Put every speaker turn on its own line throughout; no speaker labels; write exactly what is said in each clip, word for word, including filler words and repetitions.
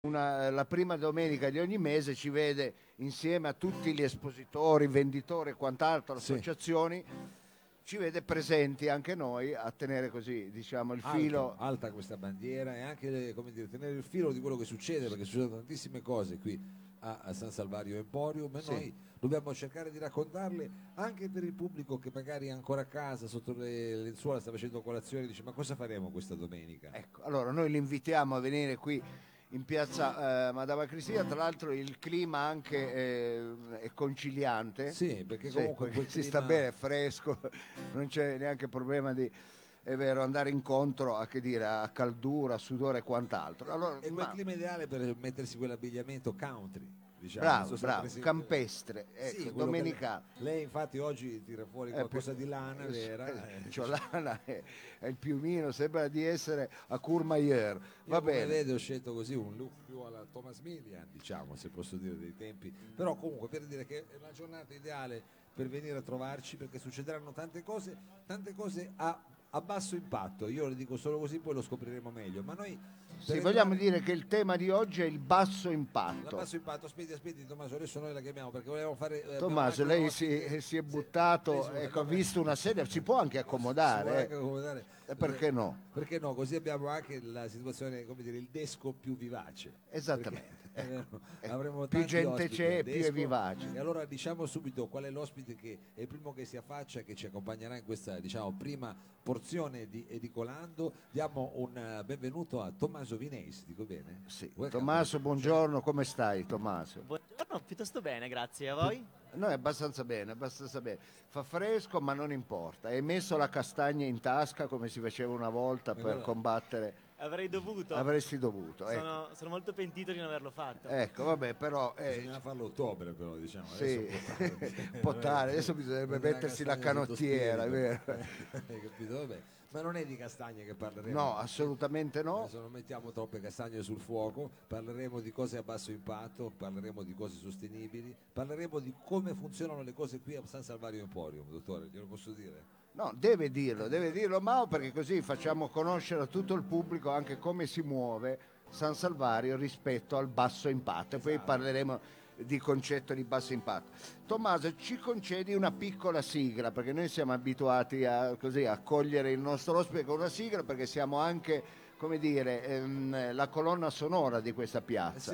Una, la prima domenica di ogni mese ci vede insieme a tutti gli espositori, venditori e quant'altro,
Sì.
associazioni, ci vede presenti anche noi a tenere così, diciamo, il filo.
Alto, alta questa bandiera e anche, come dire, tenere il filo di quello che succede, perché succedono tantissime cose qui a, a San Salvario Emporium e
Sì.
noi dobbiamo cercare di raccontarle anche per il pubblico che magari è ancora a casa sotto le lenzuola, sta facendo colazione e dice: ma cosa faremo questa domenica?
Ecco, allora noi li invitiamo a venire qui in piazza eh, Madama Cristina. Tra l'altro il clima anche eh, è conciliante.
Sì, perché
Sì,
comunque
perché
quel
si sta
clima-
bene, è fresco, non c'è neanche problema di, è vero, andare incontro a, che dire, a caldura, sudore e quant'altro. Allora,
è quel
ma-
clima ideale per mettersi quell'abbigliamento country, diciamo. Non
bravo,
so se è
bravo,
presente-
campestre, ecco,
Sì, quello che
domenicale.
lei, lei infatti oggi tira fuori
Eh,
qualcosa
per-
di lana vera. eh,
c'ho l'ana e, e il piumino, sembra di essere a Courmayeur.
Io,
Va
come
bene.
vede, ho scelto così un look più alla Thomas Millian, diciamo, se posso dire, dei tempi, però comunque per dire che è una giornata ideale per venire a trovarci, perché succederanno tante cose, tante cose a, a basso impatto. Io le dico solo così, poi lo scopriremo meglio, ma noi
Sì,
per
vogliamo
entrare-
dire che il tema di oggi è il basso
la
impatto.
basso impatto, aspetti, aspetti Tommaso, adesso noi la chiamiamo perché volevamo fare... eh, abbiamo
Tommaso,
anche un
lei
ospite-
si, si è
Sì,
buttato,
lei si-
ecco, ha
vabbè,
visto una sedia, si può anche
si può
accomodare.
anche
eh.
accomodare.
E perché no?
Perché no? Così abbiamo anche la situazione, come dire, il desco più vivace.
Esattamente.
Perché, eh,
ecco, ecco.
avremo
Più
tanti
gente
ospiti
c'è,
al
più è
desco.
vivace.
E allora diciamo subito qual è l'ospite che è il primo che si affaccia, che ci accompagnerà in questa, diciamo, prima porzione di Edicolando. Diamo un eh, benvenuto a Tommaso Vineis, dico bene?
Sì.
Welcome.
Tommaso, buongiorno, come stai Tommaso?
Buongiorno, piuttosto bene, grazie. A voi?
Noi abbastanza bene, abbastanza bene. Fa fresco ma non importa. Hai messo la castagna in tasca come si faceva una volta per
allora-
combattere.
Avrei dovuto.
Avresti dovuto. Ecco,
Sono, sono molto pentito di non averlo fatto.
ecco vabbè, però... eh,
Bisogna farlo a ottobre però, diciamo.
sì,
Adesso
un po' tardi. Adesso bisognerebbe
Prendere
mettersi la
castagna sotto
canottiera, è
spirito.
vero?
Hai capito? Vabbè. Ma non è di castagne che parleremo.
No, assolutamente no.
Adesso non mettiamo troppe castagne sul fuoco, parleremo di cose a basso impatto, parleremo di cose sostenibili, parleremo di come funzionano le cose qui a San Salvario Emporium, dottore, glielo posso dire?
No, deve dirlo, deve dirlo Mao, perché così facciamo conoscere a tutto il pubblico anche come si muove San Salvario rispetto al basso impatto. E poi
Esatto.
parleremo di concetto di basso impatto. Tommaso, ci concedi una piccola sigla, perché noi siamo abituati a, così, a cogliere il nostro ospite con una sigla, perché siamo anche, come dire, ehm, la colonna sonora di questa
Eh
piazza.
sì,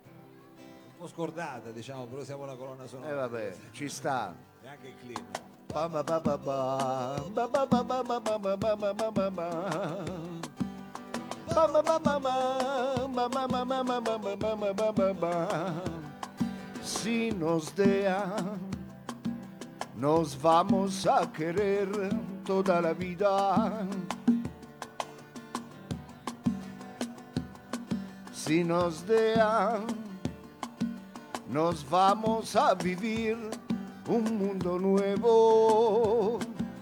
un po' scordata diciamo, però siamo la colonna sonora.
E vabbè, ci sta.
E anche il clima.
Ba ba ba ba ba. Ba ba ba ba ba ba ba ba ba ba ba ba. Ba ba ba ba ba. Ba ba ba ba ba ba ba ba ba ba ba. Si nos dea, nos vamos a querer toda la vida. Si nos dea, nos vamos a vivir un mundo nuevo.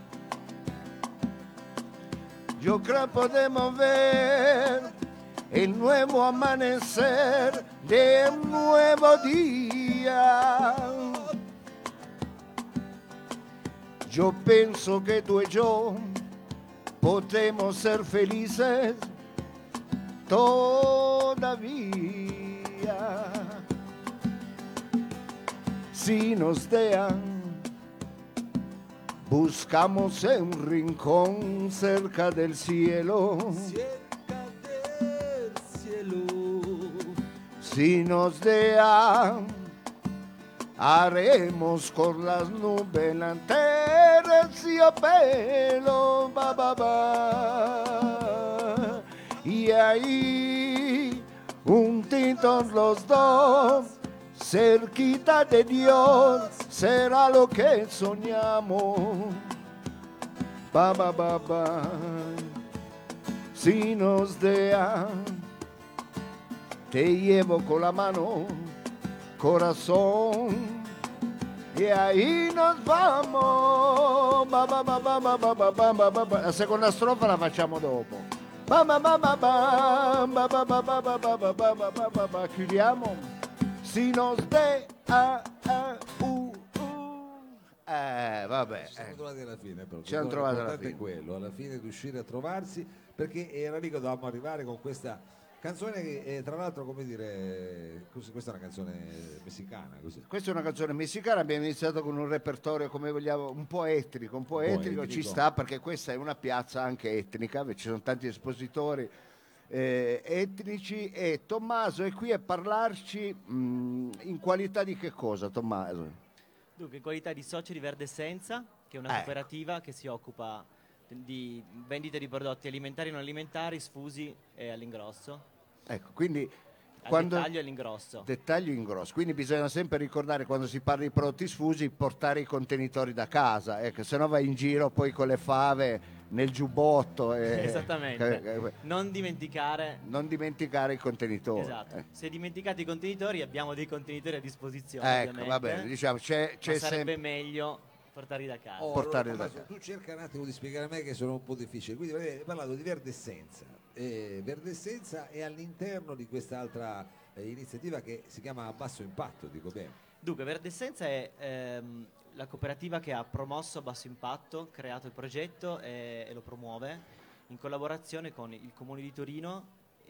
Yo creo podemos ver el nuevo amanecer de un nuevo día. Yo pienso que tú y yo podemos ser felices todavía. Si nos dejan, buscamos en un rincón cerca del cielo.
Cerca del cielo.
Si nos dejan, haremos con las nubes la terciopelo. Ba, ba, ba. Y ahí, juntitos los dos, cerquita de Dios, será lo que soñamos. Ba, ba, ba, ba. Si nos dejan, te llevo con la mano, corazón, y ahí nos vamos. Ba, ba, ba, ba, ba, ba, ba, ba, ba, ba. La seconda strofa la facciamo dopo. Ba, ba, ba, ba, ba, ba, ba, ba, ba, ba, ba, ba, ba, ba, ba, ba, ba. Chiudiamo. Si nos de a, a, u, u. Eh, vabbè.
Ci siamo
ecco.
trovati alla fine però.
Ci siamo
Dottore,
trovati alla
l'importante è
fine.
quello, alla fine riuscire a trovarsi, perché era lì che dovevamo arrivare con questa Canzone che eh, tra l'altro, come dire, cos- questa è una canzone messicana, così.
Questa è una canzone messicana, abbiamo iniziato con un repertorio come vogliamo, un po' etnico, un po'
Un po'
etnico, ci
etnico.
sta perché questa è una piazza anche etnica, ci sono tanti espositori eh, etnici e Tommaso è qui a parlarci mh, in qualità di che cosa, Tommaso?
Dunque, in qualità di socio di Verde Essenza, che è una
Ecco.
cooperativa che si occupa di vendita di prodotti alimentari e non alimentari, sfusi e all'ingrosso.
Ecco, quindi
Al
quando...
dettaglio e all'ingrosso.
Dettaglio in grosso, quindi bisogna sempre ricordare quando si parla di prodotti sfusi portare i contenitori da casa, ecco, se no vai in giro poi con le fave nel giubbotto. E,
Esattamente.
eh,
Non dimenticare.
non dimenticare i contenitori.
Esatto.
eh.
Se dimenticate i contenitori, abbiamo dei contenitori a disposizione.
Ecco,
ovviamente,
va bene, diciamo, c'è,
ma
c'è
sarebbe
sempre...
meglio portarli da casa.
Oh,
portare
allora,
da
Tommaso,
casa.
tu cerca un attimo di spiegare a me che sono un po' difficile. Quindi hai parlato di Verde Essenza. Eh, Verde Essenza è all'interno di quest'altra eh, iniziativa che si chiama A Basso Impatto, dico bene.
Dunque, Verde Essenza è ehm, la cooperativa che ha promosso a basso impatto, creato il progetto e, e lo promuove in collaborazione con il Comune di Torino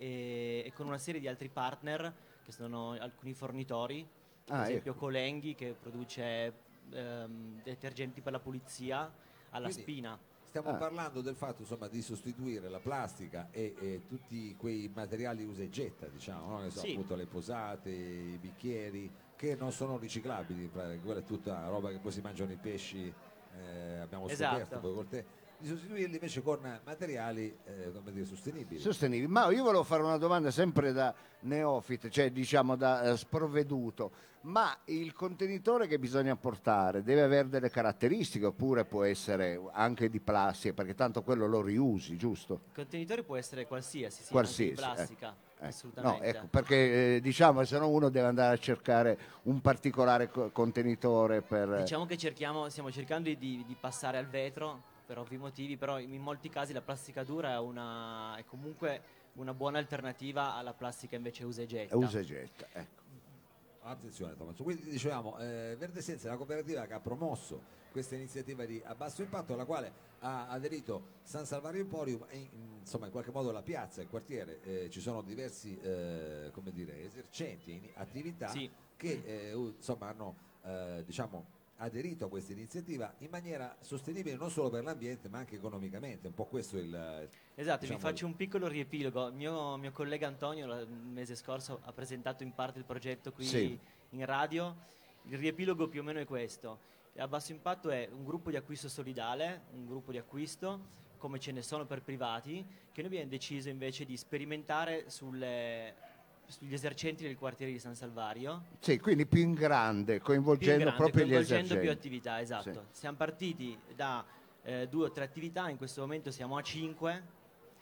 e, e con una serie di altri partner che sono alcuni fornitori, per
Ah,
esempio
ecco.
Colenghi che produce ehm, detergenti per la pulizia alla
Quindi,
spina.
Stiamo
Ah.
parlando del fatto, insomma, di sostituire la plastica e, e tutti quei materiali usa e getta, diciamo, no? Ne so,
Sì.
appunto le posate, i bicchieri che non sono riciclabili, quella è tutta roba che poi si mangiano i pesci, eh, abbiamo
Esatto.
scoperto poi col te, di sostituirli invece con materiali eh, come dire, sostenibili.
Sostenibili. Ma io volevo fare una domanda sempre da neofite, cioè diciamo da eh, sprovveduto. Ma il contenitore che bisogna portare deve avere delle caratteristiche oppure può essere anche di plastica, perché tanto quello lo riusi, giusto?
Il contenitore può essere qualsiasi, sì,
Qualsiasi,
anche di plastica,
Ecco,
assolutamente.
no, ecco, perché eh, diciamo se no uno deve andare a cercare un particolare co- contenitore per...
Diciamo che cerchiamo, stiamo cercando di, di passare al vetro per ovvi motivi, però in molti casi la plastica dura è, una, è comunque una buona alternativa alla plastica invece usa e getta.
usa e getta, ecco.
Attenzione Tommaso, quindi dicevamo eh, Verde Essenza è la cooperativa che ha promosso questa iniziativa di a basso impatto alla quale ha aderito San Salvario Emporium e in- insomma in qualche modo la piazza, il quartiere, eh, ci sono diversi eh, come dire, esercenti, in- attività
Sì.
che eh, u- insomma hanno eh, diciamo aderito a questa iniziativa in maniera sostenibile non solo per l'ambiente ma anche economicamente, un po' questo è il...
Esatto,
diciamo,
vi faccio un piccolo riepilogo. Il mio, mio collega Antonio la- il mese scorso ha presentato in parte il progetto qui
Sì.
in radio. Il riepilogo più o meno è questo. A basso impatto è un gruppo di acquisto solidale, un gruppo di acquisto come ce ne sono per privati, che noi abbiamo deciso invece di sperimentare sulle, sugli esercenti del quartiere di San Salvario.
Sì, quindi più in grande, coinvolgendo
Più in grande,
proprio gli
coinvolgendo
esercenti.
più attività, esatto. Siamo partiti da eh, due o tre attività, in questo momento siamo a cinque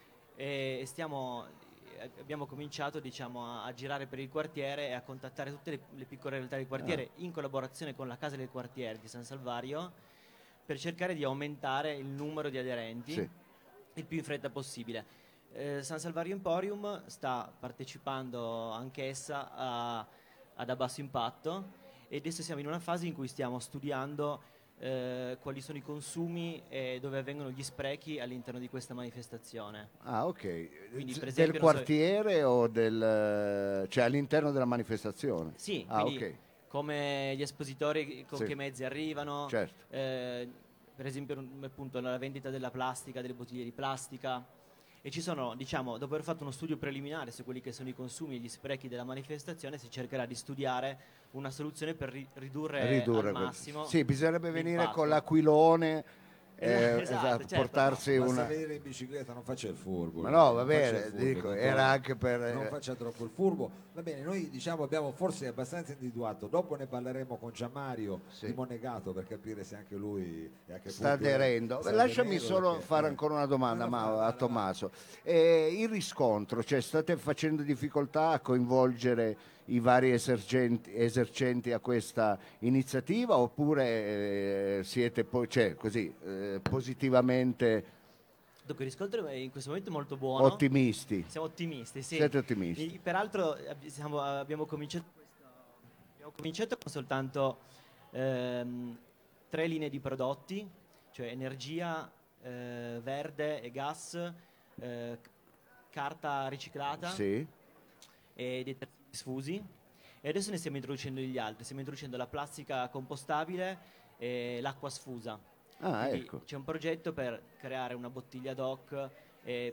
e stiamo, eh, abbiamo cominciato diciamo, a, a girare per il quartiere e a contattare tutte le, le piccole realtà del quartiere in collaborazione con la Casa del Quartiere di San Salvario per cercare di aumentare il numero di aderenti
Sì.
il più in fretta possibile. Eh, San Salvario Emporium sta partecipando anch'essa a- ad A Basso Impatto e adesso siamo in una fase in cui stiamo studiando eh, quali sono i consumi e dove avvengono gli sprechi all'interno di questa manifestazione.
Ah, ok.
Quindi,
Z-
per
del
esempio, non so-
quartiere o del... cioè all'interno della manifestazione?
Sì,
Ah,
quindi
ok.
come gli espositori, con
Sì.
che mezzi arrivano,
Certo.
eh, per esempio un- appunto la vendita della plastica, delle bottiglie di plastica. E ci sono, diciamo, dopo aver fatto uno studio preliminare su quelli che sono i consumi e gli sprechi della manifestazione, si cercherà di studiare una soluzione per ri- ridurre,
Ridurre
al
quel-
massimo.
Sì, bisognerebbe venire
l'impatto.
con l'aquilone, eh,
Esatto,
esatto,
certo.
portarsi
Basta
una...
venire in bicicletta, non faccia il furbo.
Ma no, va
non faccia
bene,
il furbo,
dico,
dottore.
era anche per...
Non
eh,
faccia troppo il furbo. Va bene, noi diciamo abbiamo forse abbastanza individuato. Dopo ne parleremo con Gianmario
Sì.
di Monegato per capire se anche lui è a che
sta
punto è-
aderendo.
sta
Lasciami
aderendo,
solo
perché-
fare
eh.
ancora una domanda
No, no,
ma,
fa-
a
va- va-
Tommaso. Eh, il riscontro, cioè state facendo difficoltà a coinvolgere i vari esercenti, esercenti a questa iniziativa oppure eh, siete poi, cioè, così, eh, positivamente
Dunque il riscontro è in questo momento molto buono.
ottimisti?
Siamo ottimisti, sì.
Siete ottimisti?
E, peraltro ab- siamo- abbiamo, cominciato questo- abbiamo cominciato con soltanto ehm, tre linee di prodotti, cioè energia, eh, verde e gas, eh, c- carta riciclata
Sì.
e dei terzini sfusi. E adesso ne stiamo introducendo degli altri, stiamo introducendo la plastica compostabile e l'acqua sfusa.
Ah,
Quindi
ecco.
c'è un progetto per creare una bottiglia ad hoc e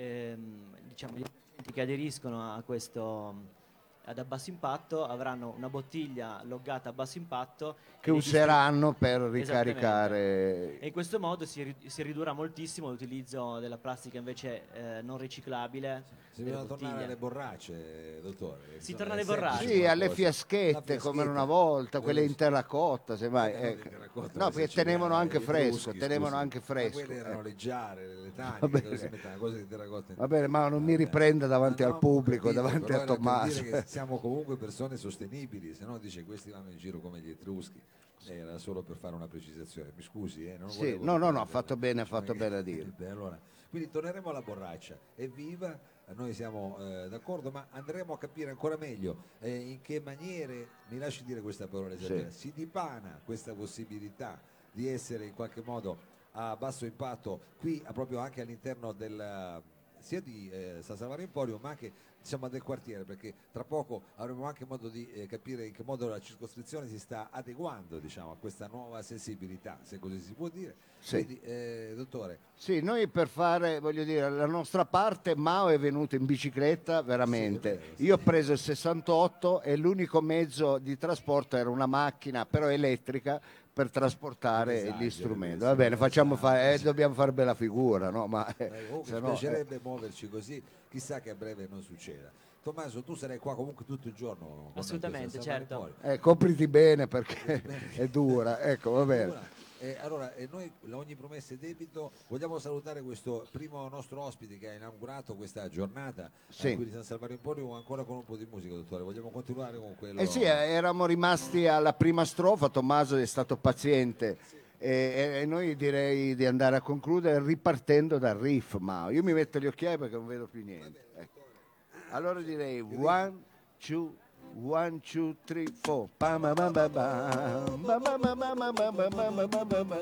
ehm, diciamo, gli utenti che aderiscono a questo ad a basso impatto avranno una bottiglia loggata a basso impatto
Che
e li
useranno per
Esattamente.
ricaricare.
E in questo modo si, ri- si ridurrà moltissimo l'utilizzo della plastica invece eh, non riciclabile
Si
delle
bisogna tornare
bottiglie.
alle borracce, dottore. che
Si
sono-
torna
è
alle
semplice
borracce.
Sì,
come
alle
cosa.
fiaschette
La
come era una
fiaschetta,
volta, quelle
quelle-
in terracotta, semmai.
Eh, non
ecco.
in terracotta,
No,
ma
perché
siciliane,
tenevano anche
gli
fresco,
etruschi,
tenevano
scusi.
anche
Ma
fresco.
quelle erano
eh.
le giare, le
Va
taniche,
bene.
dove si mettevano cose di terracotta.
Va bene, ma non mi
Vabbè.
riprenda davanti
Ma
al
no,
pubblico,
ho capito,
davanti
però
a
era per
Tommaso.
dire che siamo comunque persone sostenibili, se no dice questi vanno in giro come gli etruschi. Era solo per fare una precisazione, mi scusi, eh, non
Sì,
volevo
no, no, no,
riprendere.
ha fatto bene, ha fatto
Ma-
bene a dire.
Beh, allora, quindi torneremo alla borraccia, evviva, noi siamo eh, d'accordo, ma andremo a capire ancora meglio eh, in che maniere, mi lasci dire questa parola esagerata, si dipana questa possibilità di essere in qualche modo a basso impatto qui a- proprio anche all'interno del sia di eh, San Salvatore Emporio ma anche diciamo del quartiere, perché tra poco avremo anche modo di eh, capire in che modo la circoscrizione si sta adeguando diciamo a questa nuova sensibilità, se così si può dire.
Sì.
Quindi eh, dottore,
Sì, noi per fare, voglio dire, la nostra parte, Mao è venuto in bicicletta, veramente.
Sì, è vero, sì.
Io ho preso il sessantotto e l'unico mezzo di trasporto era una macchina, però elettrica, per trasportare
Esageri,
gli strumenti.
adesso,
Va bene, facciamo
esageri.
fare, eh, dobbiamo fare bella figura, no? Ma eh,
eh, comunque
se
ci
no, eh,
piacerebbe muoverci così, chissà che a breve non succeda. Tommaso, tu sarai qua comunque tutto il giorno con
Assolutamente,
questa San
certo.
Salvatore
eh, copriti bene perché è dura. Ecco, va bene.
Allora, eh, allora, eh, noi ogni promessa è debito, vogliamo salutare questo primo nostro ospite che ha inaugurato questa giornata
Sì.
eh, qui di San Salvatore Emporio ancora con un po' di musica, dottore. Vogliamo continuare con quello?
Eh sì, eh, eravamo rimasti alla prima strofa, Tommaso è stato paziente e, e- e noi direi di andare a concludere ripartendo dal riff, ma io mi metto gli occhiali perché non vedo più niente. Ecco. Allora direi one, two, one, two, three, four. Pa ma ma ma ba. Ba ma ma ma ma ma ma ma ma ma ma ma.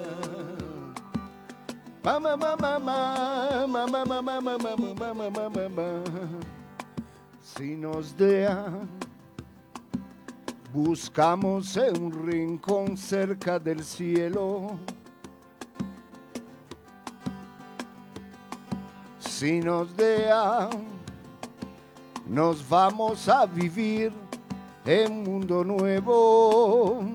Pa ma ma ma ma ma ma ma ma ma ma ma ma ma ma ma. Si nos dejan, buscamos en un rincón cerca del cielo. Si nos dejan, nos vamos a vivir en un mundo nuevo.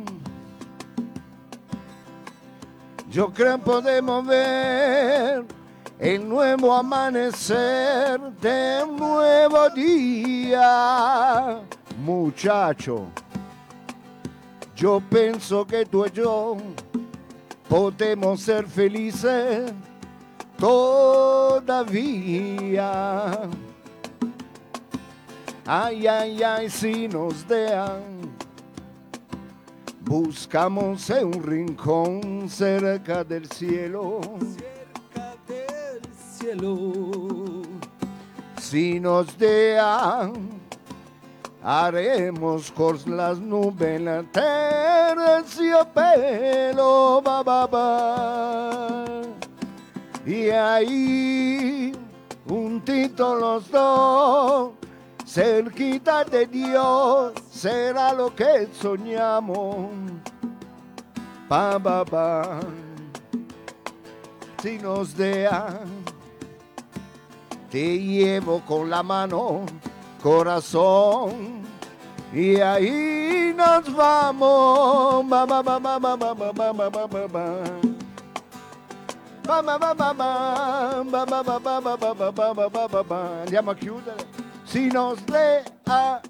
Yo creo que podemos ver el nuevo amanecer de un nuevo día. Muchacho, yo pienso que tú y yo podemos ser felices todavía. Ay, ay, ay, si nos dejan, buscamos en un rincón cerca del cielo.
Cerca del cielo.
Si nos dejan, haremos con las nubes la terciopelo, ba, ba, ba. Y ahí, juntitos los dos, cerquita de Dios, será lo que soñamos. Pa, ba, ba. Si nos dejan, te llevo con la mano, corazón, y ahí nos vamos. Ba, ba, ba, ba, ba, ba, ba, ba, ba, ba, ba, ba. Ba, ba, ba, ba, ba, ba, ba, ba, ba, ba, ba, ba, ba, ba, ba, ba. Andiamo a chiudere. Si nos deja.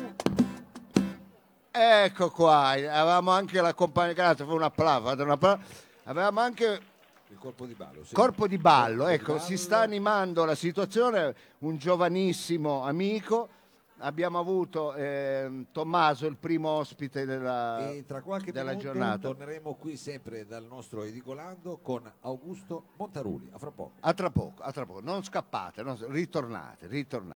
Ecco qua, avevamo anche la compagnia, grazie, fa un applauso, fate un applauso. Avevamo anche
Il corpo di ballo. sì.
corpo di ballo,
Corpo di
ecco, si
ballo.
sta animando la situazione, un giovanissimo amico, abbiamo avuto ehm, Tommaso, il primo ospite della,
E tra qualche
della
minuto
giornata.
torneremo qui sempre dal nostro edicolando con Augusto Montaruli. A fra poco.
A tra poco, a tra poco, non scappate, non- ritornate, ritornate.